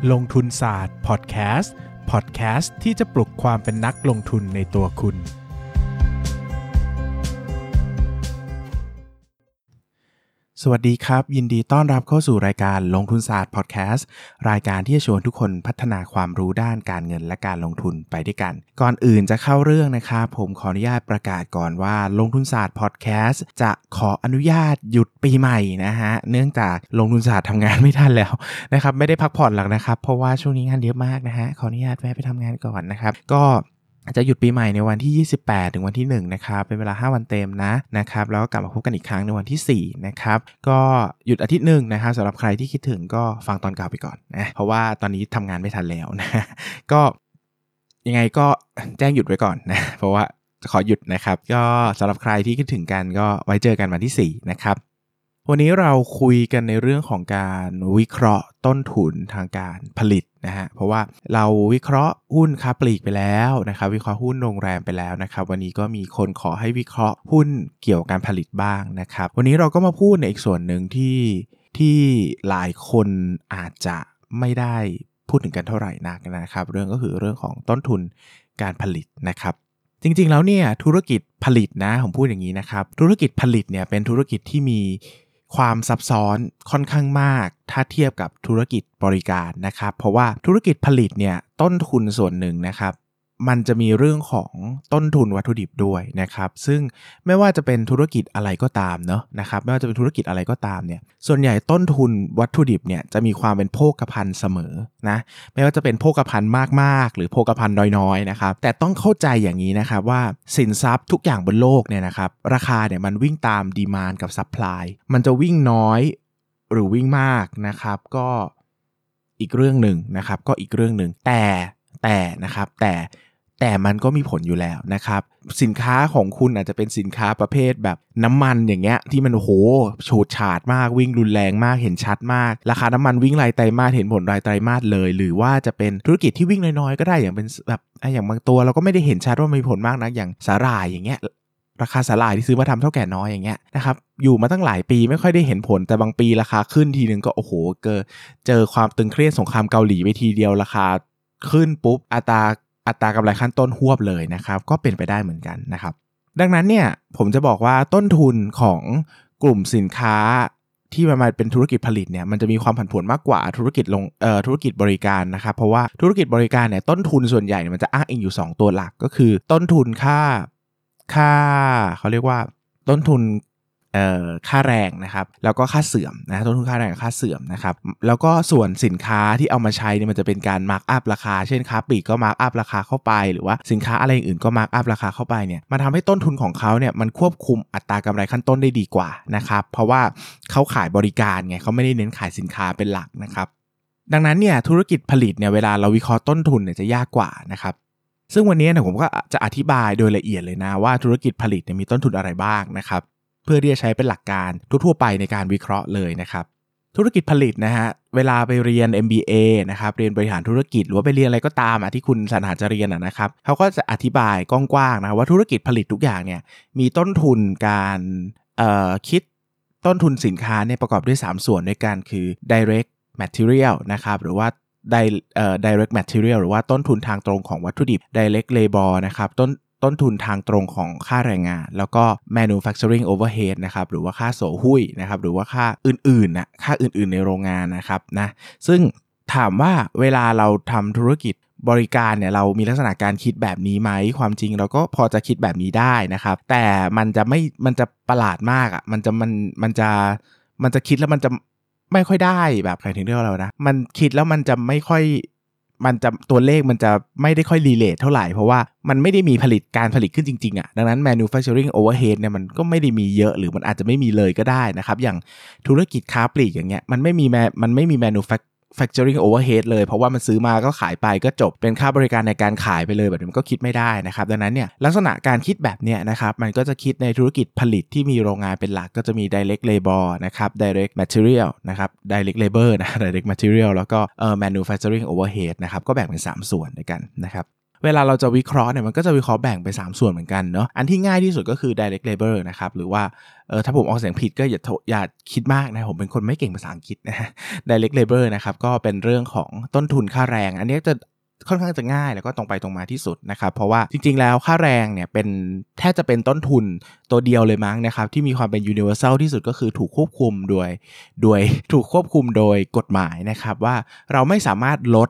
ลงทุนศาสตร์พอดแคสต์ที่จะปลุกความเป็นนักลงทุนในตัวคุณสวัสดีครับยินดีต้อนรับเข้าสู่รายการลงทุนศาสตร์พอดแคสต์รายการที่จะชวนทุกคนพัฒนาความรู้ด้านการเงินและการลงทุนไปด้วยกันก่อนอื่นจะเข้าเรื่องนะครับผมขออนุญาตประกาศก่อนว่าลงทุนศาสตร์พอดแคสต์จะขออนุญาตหยุดปีใหม่นะฮะเนื่องจากลงทุนศาสตร์ทำงานไม่ทันแล้วนะครับไม่ได้พักผ่อนหรอกนะครับเพราะว่าช่วงนี้งานเยอะมากนะฮะขออนุญาตแวะไปทำงานก่อนนะครับก็จะหยุดปีใหม่ในวันที่28ถึงวันที่1นะครับเป็นเวลา5วันเต็มนะครับแล้วก็กลับมาพบกันอีกครั้งในวันที่4นะครับก็หยุดอาทิตย์นึงนะครับสำหรับใครที่คิดถึงก็ฟังตอนเก่าไปก่อนนะเพราะว่าตอนนี้ทำงานไม่ทันแล้วนะก็ยังไงก็แจ้งหยุดไว้ก่อนนะเพราะว่าจะขอหยุดนะครับก็สำหรับใครที่คิดถึงกันก็ไว้เจอกันวันที่4นะครับวันนี้เราคุยกันในเรื่องของการวิเคราะห์ต้นทุนทางการผลิตนะฮะเพราะว่าเราวิเคราะห์หุ้นค้าปลีกไปแล้วนะครับวิเคราะห์หุ้นโรงแรมไปแล้วนะครับวันนี้ก็มีคนขอให้วิเคราะห์หุ้นเกี่ยวกับการผลิตบ้างนะครับวันนี้เราก็มาพูดในอีกส่วนหนึ่งที่หลายคนอาจจะไม่ได้พูดถึงกันเท่าไหร่นักนะครับเรื่องก็คือเรื่องของต้นทุนการผลิตนะครับจริงๆแล้วเนี่ยธุรกิจผลิตนะผมพูดอย่างนี้นะครับธุรกิจผลิตเนี่ยเป็นธุรกิจที่มีความซับซ้อนค่อนข้างมากถ้าเทียบกับธุรกิจบริการนะครับเพราะว่าธุรกิจผลิตเนี่ยต้นทุนส่วนหนึ่งนะครับมันจะมีเรื่องของต้นทุนวัตถุดิบด้วยนะครับซึ่งไม่ว่าจะเป็นธุรกิจอะไรก็ตามเนาะนะครับไม่ว่าจะเป็นธุรกิจอะไรก็ตามเนี่ยส่วนใหญ่ต้นทุนวัตถุดิบเนี่ยจะมีความเป็นโภคภัณฑ์เสมอนะไม่ว่าจะเป็นโภคภัณฑ์มากๆหรือโภคภัณฑ์น้อยๆนะครับแต่ต้องเข้าใจอย่างนี้นะครับว่าสินทรัพย์ทุกอย่างบนโลกเนี่ยนะครับราคาเนี่ยมันวิ่งตามดีมานด์กับซัพพลายมันจะวิ่งน้อยหรือวิ่งมากนะครับก็อีกเรื่องหนึ่งนะครับก็อีกเรื่องหนึ่งแต่นะครับแต่มันก็มีผลอยู่แล้วนะครับสินค้าของคุณอาจจะเป็นสินค้าประเภทแบบน้ำมันอย่างเงี้ยที่มันโอ้โหโฉดฉาดมากวิ่งรุนแรงมากเห็นชัดมากราคาน้ำมันวิ่งรายไตรมาสเห็นผลรายไตรมาสเลยหรือว่าจะเป็นธุรกิจที่วิ่งน้อยๆก็ได้อย่างเป็นแบบอย่างบางตัวเราก็ไม่ได้เห็นชัดว่ามีผลมากนะอย่างสาหร่ายอย่างเงี้ยราคาสาหร่ายที่ซื้อมาทำเท่าแก่น้อยอย่างเงี้ยนะครับอยู่มาตั้งหลายปีไม่ค่อยได้เห็นผลแต่บางปีราคาขึ้นทีนึงก็โอ้โหเจอความตึงเครียดสงครามเกาหลีไปทีเดียวราคาขึ้นปุ๊บอัตรากำไรขั้นต้นหวบเลยนะครับก็เป็นไปได้เหมือนกันนะครับดังนั้นเนี่ยผมจะบอกว่าต้นทุนของกลุ่มสินค้าที่มันมาเป็นธุรกิจผลิตเนี่ยมันจะมีความผันผวนมากกว่าธุรกิจบริการนะครับเพราะว่าธุรกิจบริการเนี่ยต้นทุนส่วนใหญ่มันจะอ้างอิงอยู่2ตัวหลักก็คือต้นทุนค่าเขาเรียกว่าต้นทุนค่าแรงนะครับแล้วก็ค่าเสื่อมนะต้นทุนค่าแรงกับค่าเสื่อมนะครับแล้วก็ส่วนสินค้าที่เอามาใช้เนี่ยมันจะเป็นการมาร์คอัพราคาเช่นค้าปลีกก็มาร์คอัพราคาเข้าไปหรือว่าสินค้าอะไรอื่นก็มาร์คอัพราคาเข้าไปเนี่ยมันทำให้ต้นทุนของเขาเนี่ยมันควบคุมอัตรากำไรขั้นต้นได้ดีกว่านะครับเพราะว่าเขาขายบริการไงเขาไม่ได้เน้นขายสินค้าเป็นหลักนะครับดังนั้นเนี่ยธุรกิจผลิตเนี่ยเวลาเราวิเคราะห์ต้นทุนเนี่ยจะยากกว่านะครับซึ่งวันนี้เนี่ยผมก็จะอธิบายโดยละเอียดเลยนะว่าธุรกิจผลิตเนี่ยมีต้นทุนอะไรบ้างนะครับเพื่อที่จะใช้เป็นหลักการทั่วๆไปในการวิเคราะห์เลยนะครับธุรกิจผลิตนะฮะเวลาไปเรียน MBA นะครับเรียนบริหารธุรกิจหรือว่าไปเรียนอะไรก็ตามที่คุณสรรหาจะเรียนนะครับเขาก็จะอธิบายกว้างๆนะว่าธุรกิจผลิตทุกอย่างเนี่ยมีต้นทุนการคิดต้นทุนสินค้าเนี่ยประกอบด้วย3ส่วนด้วยกันคือ direct material นะครับหรือว่าdirect material หรือว่าต้นทุนทางตรงของวัตถุดิบ direct labor นะครับต้นทุนทางตรงของค่าแรงงานแล้วก็ manufacturing overhead นะครับหรือว่าค่าโสหุ้ยนะครับหรือว่าค่าอื่นๆค่าอื่นๆในโรงงานนะครับนะซึ่งถามว่าเวลาเราทำธุรกิจบริการเนี่ยเรามีลักษณะการคิดแบบนี้ไหมความจริงเราก็พอจะคิดแบบนี้ได้นะครับแต่มันจะประหลาดมากมันจะคิดแล้วมันจะไม่ค่อยได้แบบใครถึงเรียกว่าเรานะมันคิดแล้วมันจะไม่ค่อยตัวเลขมันจะไม่ได้ค่อยรีเลทเท่าไหร่เพราะว่ามันไม่ได้มีการผลิตขึ้นจริงๆดังนั้น manufacturing overhead เนี่ยมันก็ไม่ได้มีเยอะหรือมันอาจจะไม่มีเลยก็ได้นะครับอย่างธุรกิจค้าปลีกอย่างเงี้ยมันไม่มี manufacturing overhead เลยเพราะว่ามันซื้อมาก็ขายไปก็จบเป็นค่าบริการในการขายไปเลยแบบนี้มันก็คิดไม่ได้นะครับดังนั้นเนี่ยลักษณะการคิดแบบเนี้ยนะครับมันก็จะคิดในธุรกิจผลิตที่มีโรงงานเป็นหลักก็จะมี direct labor นะครับ direct material นะครับ direct labor นะ direct material แล้วก็manufacturing overhead นะครับก็แบ่งเป็น3ส่วนด้วยกันนะครับเวลาเราจะวิเคราะห์เนี่ยมันก็จะวิเคราะห์แบ่งไป3ส่วนเหมือนกันเนาะอันที่ง่ายที่สุดก็คือ direct labor นะครับหรือว่าถ้าผมออกเสียงผิดก็อย่าคิดมากนะผมเป็นคนไม่เก่งภาษาอังกฤษนะ direct labor นะครับก็เป็นเรื่องของต้นทุนค่าแรงอันนี้จะค่อนข้างจะง่ายแล้วก็ตรงไปตรงมาที่สุดนะครับเพราะว่าจริงๆแล้วค่าแรงเนี่ยเป็นแทบจะเป็นต้นทุนตัวเดียวเลยมั้งนะครับที่มีความเป็น universal ที่สุดก็คือถูกควบคุมโดยถูกควบคุมโดยกฎหมายนะครับว่าเราไม่สามารถลด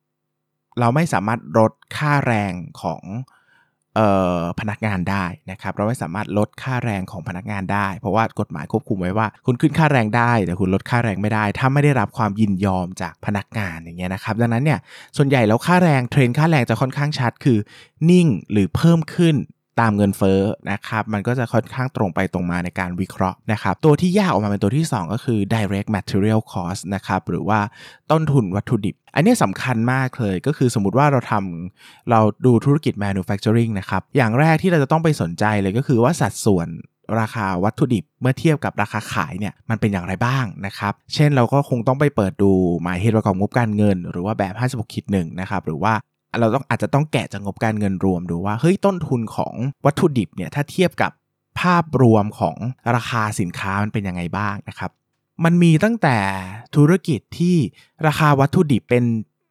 ค่าแรงของพนักงานได้นะครับเราไม่สามารถลดค่าแรงของพนักงานได้เพราะว่ากฎหมายควบคุมไว้ว่าคุณขึ้นค่าแรงได้แต่คุณลดค่าแรงไม่ได้ถ้าไม่ได้รับความยินยอมจากพนักงานอย่างเงี้ยนะครับดังนั้นเนี่ยส่วนใหญ่แล้วค่าแรงเทรนด์ค่าแรงจะค่อนข้างชัดคือนิ่งหรือเพิ่มขึ้นตามเงินเฟ้อนะครับมันก็จะค่อนข้างตรงไปตรงมาในการวิเคราะห์นะครับตัวที่แยกออกมาเป็นตัวที่2ก็คือ direct material cost นะครับหรือว่าต้นทุนวัตถุดิบอันนี้สำคัญมากเลยก็คือสมมุติว่าเราดูธุรกิจ manufacturing นะครับอย่างแรกที่เราจะต้องไปสนใจเลยก็คือว่าสัดส่วนราคาวัตถุดิบเมื่อเทียบกับราคาขายเนี่ยมันเป็นอย่างไรบ้างนะครับเช่นเราก็คงต้องไปเปิดดูหมายเหตุประกอบงบการเงินหรือว่าแบบ56-1นะครับหรือว่าเราอาจจะต้องแกะจากงบการเงินรวมดูว่าเฮ้ยต้นทุนของวัตถุดิบเนี่ยถ้าเทียบกับภาพรวมของราคาสินค้ามันเป็นยังไงบ้างนะครับมันมีตั้งแต่ธุรกิจที่ราคาวัตถุดิบเป็น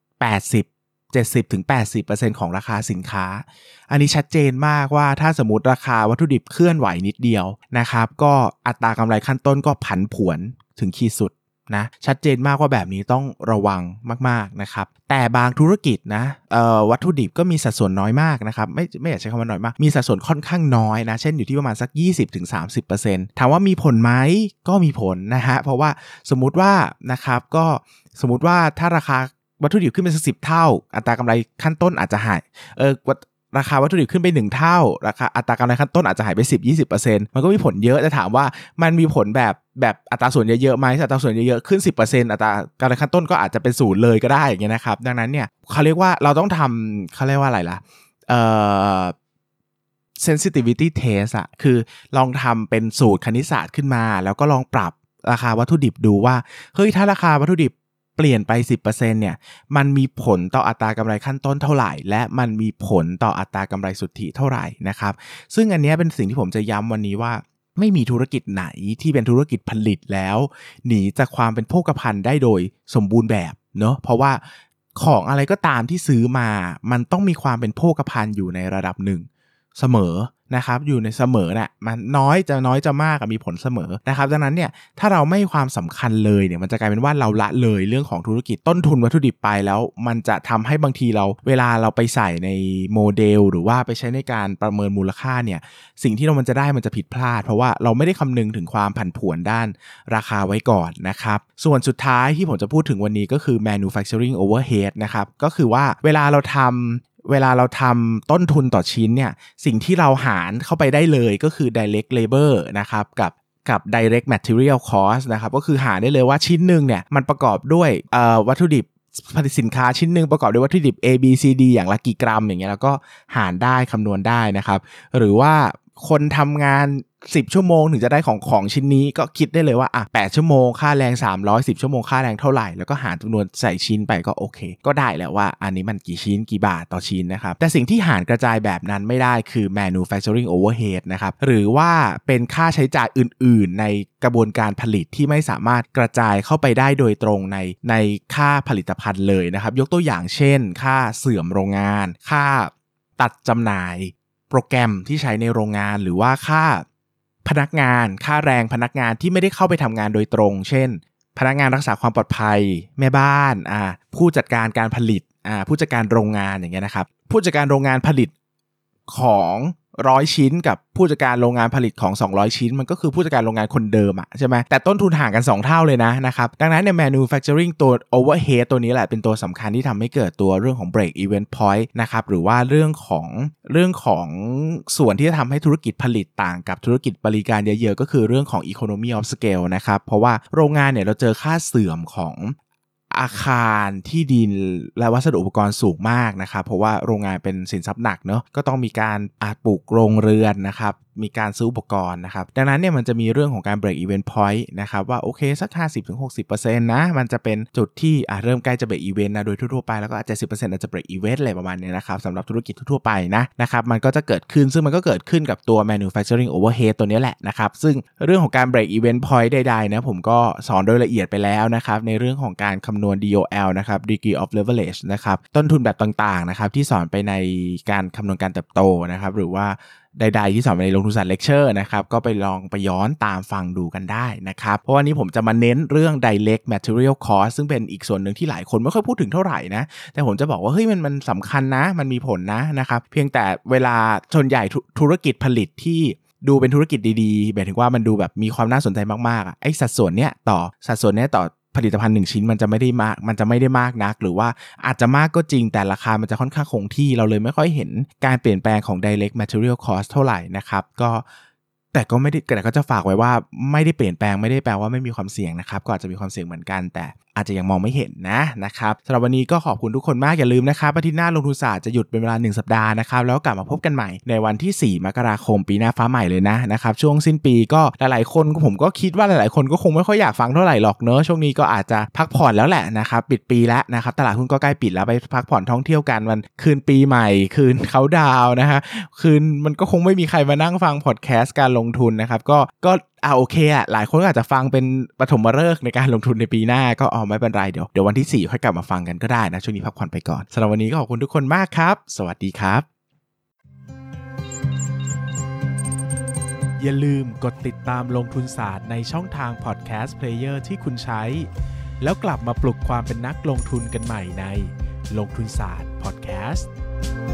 70-80% ของราคาสินค้าอันนี้ชัดเจนมากว่าถ้าสมมติราคาวัตถุดิบเคลื่อนไหวนิดเดียวนะครับก็อัตรากำไรขั้นต้นก็ผันผวนถึงขีดสุดนะชัดเจนมากว่าแบบนี้ต้องระวังมากๆนะครับแต่บางธุรกิจนะวัตถุดิบก็มีสัดส่วนน้อยมากนะครับไม่อยากใช้คำว่าน้อยมากมีสัดส่วนค่อนข้างน้อยนะเช่นอยู่ที่ประมาณสัก 20-30% ถามว่ามีผลไหมก็มีผลนะฮะเพราะว่าสมมุติว่านะครับก็สมมุติว่าถ้าราคาวัตถุดิบขึ้นไปสัก10 เท่าอัตรากำไรขั้นต้นอาจจะหายราคาวัตถุดิบขึ้นไป1 เท่าราคาอัตรากำไรขั้นต้นอาจจะหายไป 10-20% มันก็มีผลเยอะแต่ถามว่ามันมีผลแบบอัตราส่วนเยอะๆไหมอัตราส่วนเยอะๆขึ้น 10% อัตรากำไรขั้นต้นก็อาจจะเป็น0เลยก็ได้อย่างเงี้ยนะครับดังนั้นเนี่ยเขาเรียกว่าเราต้องทำเขาเรียกว่าอะไรล่ะsensitivity test อะคือลองทำเป็นสูตรคณิตศาสตร์ขึ้นมาแล้วก็ลองปรับราคาวัตถุดิบดูว่าเฮ้ยถ้าราคาวัตถุดิบเปลี่ยนไป 10% เนี่ยมันมีผลต่ออัตรากำไรขั้นต้นเท่าไหร่และมันมีผลต่ออัตรากำไรสุทธิเท่าไหร่นะครับซึ่งอันนี้เป็นสิ่งที่ผมจะย้ำวันนี้ว่าไม่มีธุรกิจไหนที่เป็นธุรกิจผลิตแล้วหนีจากความเป็นโภคภัณฑ์ได้โดยสมบูรณ์แบบเนาะเพราะว่าของอะไรก็ตามที่ซื้อมามันต้องมีความเป็นโภคภัณฑ์อยู่ในระดับหนึ่งเสมอนะครับอยู่ในเสมอน่ะมันน้อยจะมากมีผลเสมอนะครับดังนั้นเนี่ยถ้าเราไม่ให้ความสำคัญเลยเนี่ยมันจะกลายเป็นว่าเราละเลยเรื่องของธุรกิจต้นทุนวัตถุดิบไปแล้วมันจะทำให้บางทีเวลาเราไปใส่ในโมเดลหรือว่าไปใช้ในการประเมินมูลค่าเนี่ยสิ่งที่มันจะได้มันจะผิดพลาดเพราะว่าเราไม่ได้คำนึงถึงความผันผวนด้านราคาไว้ก่อนนะครับส่วนสุดท้ายที่ผมจะพูดถึงวันนี้ก็คือ manufacturing overhead นะครับก็คือว่าเวลาเราทำต้นทุนต่อชิ้นเนี่ยสิ่งที่เราหารเข้าไปได้เลยก็คือ direct labor นะครับกับ direct material cost นะครับก็คือหารได้เลยว่าชิ้นหนึ่งเนี่ยมันประกอบด้วยวัตถุดิบผลิตสินค้าชิ้นหนึ่งประกอบด้วยวัตถุดิบ A B C D อย่างละกี่กรัมอย่างเงี้ยแล้วก็หารได้คำนวณได้นะครับหรือว่าคนทำงาน10 ชั่วโมงถึงจะได้ของชิ้นนี้ก็คิดได้เลยว่า8 ชั่วโมงค่าแรง300 10 ชั่วโมงค่าแรงเท่าไหร่แล้วก็หารจำนวนใส่ชิ้นไปก็โอเคก็ได้แล้วว่าอันนี้มันกี่ชิ้นกี่บาทต่อชิ้นนะครับแต่สิ่งที่หารกระจายแบบนั้นไม่ได้คือ manufacturing overhead นะครับหรือว่าเป็นค่าใช้จ่ายอื่นๆในกระบวนการผลิตที่ไม่สามารถกระจายเข้าไปได้โดยตรงในค่าผลิตภัณฑ์เลยนะครับยกตัวอย่างเช่นค่าเสื่อมโรงงานค่าตัดจำหน่ายโปรแกรมที่ใช้ในโรงงานหรือว่าค่าพนักงานค่าแรงพนักงานที่ไม่ได้เข้าไปทำงานโดยตรงเช่นพนักงานรักษาความปลอดภัยแม่บ้านผู้จัดการการผลิตผู้จัดการโรงงานอย่างเงี้ยนะครับผู้จัดการโรงงานผลิตของ100 ชิ้นกับผู้จัดการโรงงานผลิตของ200 ชิ้นมันก็คือผู้จัดการโรงงานคนเดิมใช่ไหมแต่ต้นทุนห่างกัน2 เท่าเลยนะครับดังนั้นเนี่ย manufacturing ตัว overhead ตัวนี้แหละเป็นตัวสำคัญที่ทำให้เกิดตัวเรื่องของ break even point นะครับหรือว่าเรื่องของส่วนที่จะทำให้ธุรกิจผลิตต่างกับธุรกิจบริการเยอะๆก็คือเรื่องของ economy of scale นะครับเพราะว่าโรงงานเนี่ยเราเจอค่าเสื่อมของอาคารที่ดินและวัสดุอุปกรณ์สูงมากนะครับเพราะว่าโรงงานเป็นสินทรัพย์หนักเนาะก็ต้องมีการปลูกโรงเรือนนะครับมีการซื้ออุปกรณ์นะครับดังนั้นเนี่ยมันจะมีเรื่องของการ break even point นะครับว่าโอเคสัก 50-60% นะมันจะเป็นจุดที่เริ่มใกล้จะ break even นะโดยทั่วๆไปแล้วก็ 70% อาจจะ break even อะไรประมาณนี้นะครับสำหรับธุรกิจทั่วๆไปนะครับมันก็จะเกิดขึ้นซึ่งมันก็เกิดขึ้นกับตัว manufacturing overhead ตัวนี้แหละนะครับซึ่งเรื่องของการ break even point ใดๆนะผมก็สอนโดยละเอียดไปแล้วนะครับในเรื่องของการคำนวณ DOL นะครับ degree of leverage นะครับต้นทุนแบบต่างๆนะครับที่สอนไปในการคำนวณการเติบโตนะครับหรือว่าใดๆที่สอนในลงทุนศาสตร์เลคเชอร์นะครับก็ไปลองไปย้อนตามฟังดูกันได้นะครับเพราะวันนี้ผมจะมาเน้นเรื่อง direct material cost ซึ่งเป็นอีกส่วนหนึ่งที่หลายคนไม่ค่อยพูดถึงเท่าไหร่นะแต่ผมจะบอกว่าเฮ้ยมันสำคัญนะมันมีผลนะครับเพียงแต่เวลาส่วนใหญ่ธุรกิจผลิตที่ดูเป็นธุรกิจดีๆหมายถึงว่ามันดูแบบมีความน่าสนใจมากๆไอ้สัดส่วนเนี้ยต่อผลิตภัณฑ์1ชิ้นมันจะไม่ได้มากนักหรือว่าอาจจะมากก็จริงแต่ราคามันจะค่อนข้างคงที่เราเลยไม่ค่อยเห็นการเปลี่ยนแปลงของ direct material cost เท่าไหร่นะครับแต่ก็จะฝากไว้ว่าไม่ได้เปลี่ยนแปลงไม่ได้แปลว่าไม่มีความเสี่ยงนะครับก็อาจจะมีความเสี่ยงเหมือนกันแต่อาจจะยังมองไม่เห็นนะครับสำหรับวันนี้ก็ขอบคุณทุกคนมากอย่าลืมนะครับอาทิตย์หน้าลงทุนศาสตร์จะหยุดเป็นเวลา1สัปดาห์นะครับแล้วกลับมาพบกันใหม่ในวันที่4มกราคมปีหน้าฟ้าใหม่เลยนะครับช่วงสิ้นปีก็หลายๆคนผมก็คิดว่าหลายๆคนก็คงไม่ค่อยอยากฟังเท่าไหร่หรอกเนอะช่วงนี้ก็อาจจะพักผ่อนแล้วแหละนะครับปิดปีแล้วนะครับตลาดหุ้นก็ใกล้ปิดแล้วไปพักผ่อนท่องเที่ยวกันวันคืนปีใหม่คืนเขาดาวน์นะฮะคืนมันก็คงไม่มีใครมานั่งฟังพอดแคสต์การลงทุนนะครับก็โอเคหลายคนก็อาจจะฟังเป็นปฐมฤกษ์ในการลงทุนในปีหน้าก็ไม่เป็นไรเดี๋ยววันที่4ค่อยกลับมาฟังกันก็ได้นะช่วงนี้พักผ่อนไปก่อนสำหรับวันนี้ก็ขอบคุณทุกคนมากครับสวัสดีครับอย่าลืมกดติดตามลงทุนศาสตร์ในช่องทางพอดแคสต์เพลเยอร์ที่คุณใช้แล้วกลับมาปลุกความเป็นนักลงทุนกันใหม่ในลงทุนศาสตร์พอดแคสต์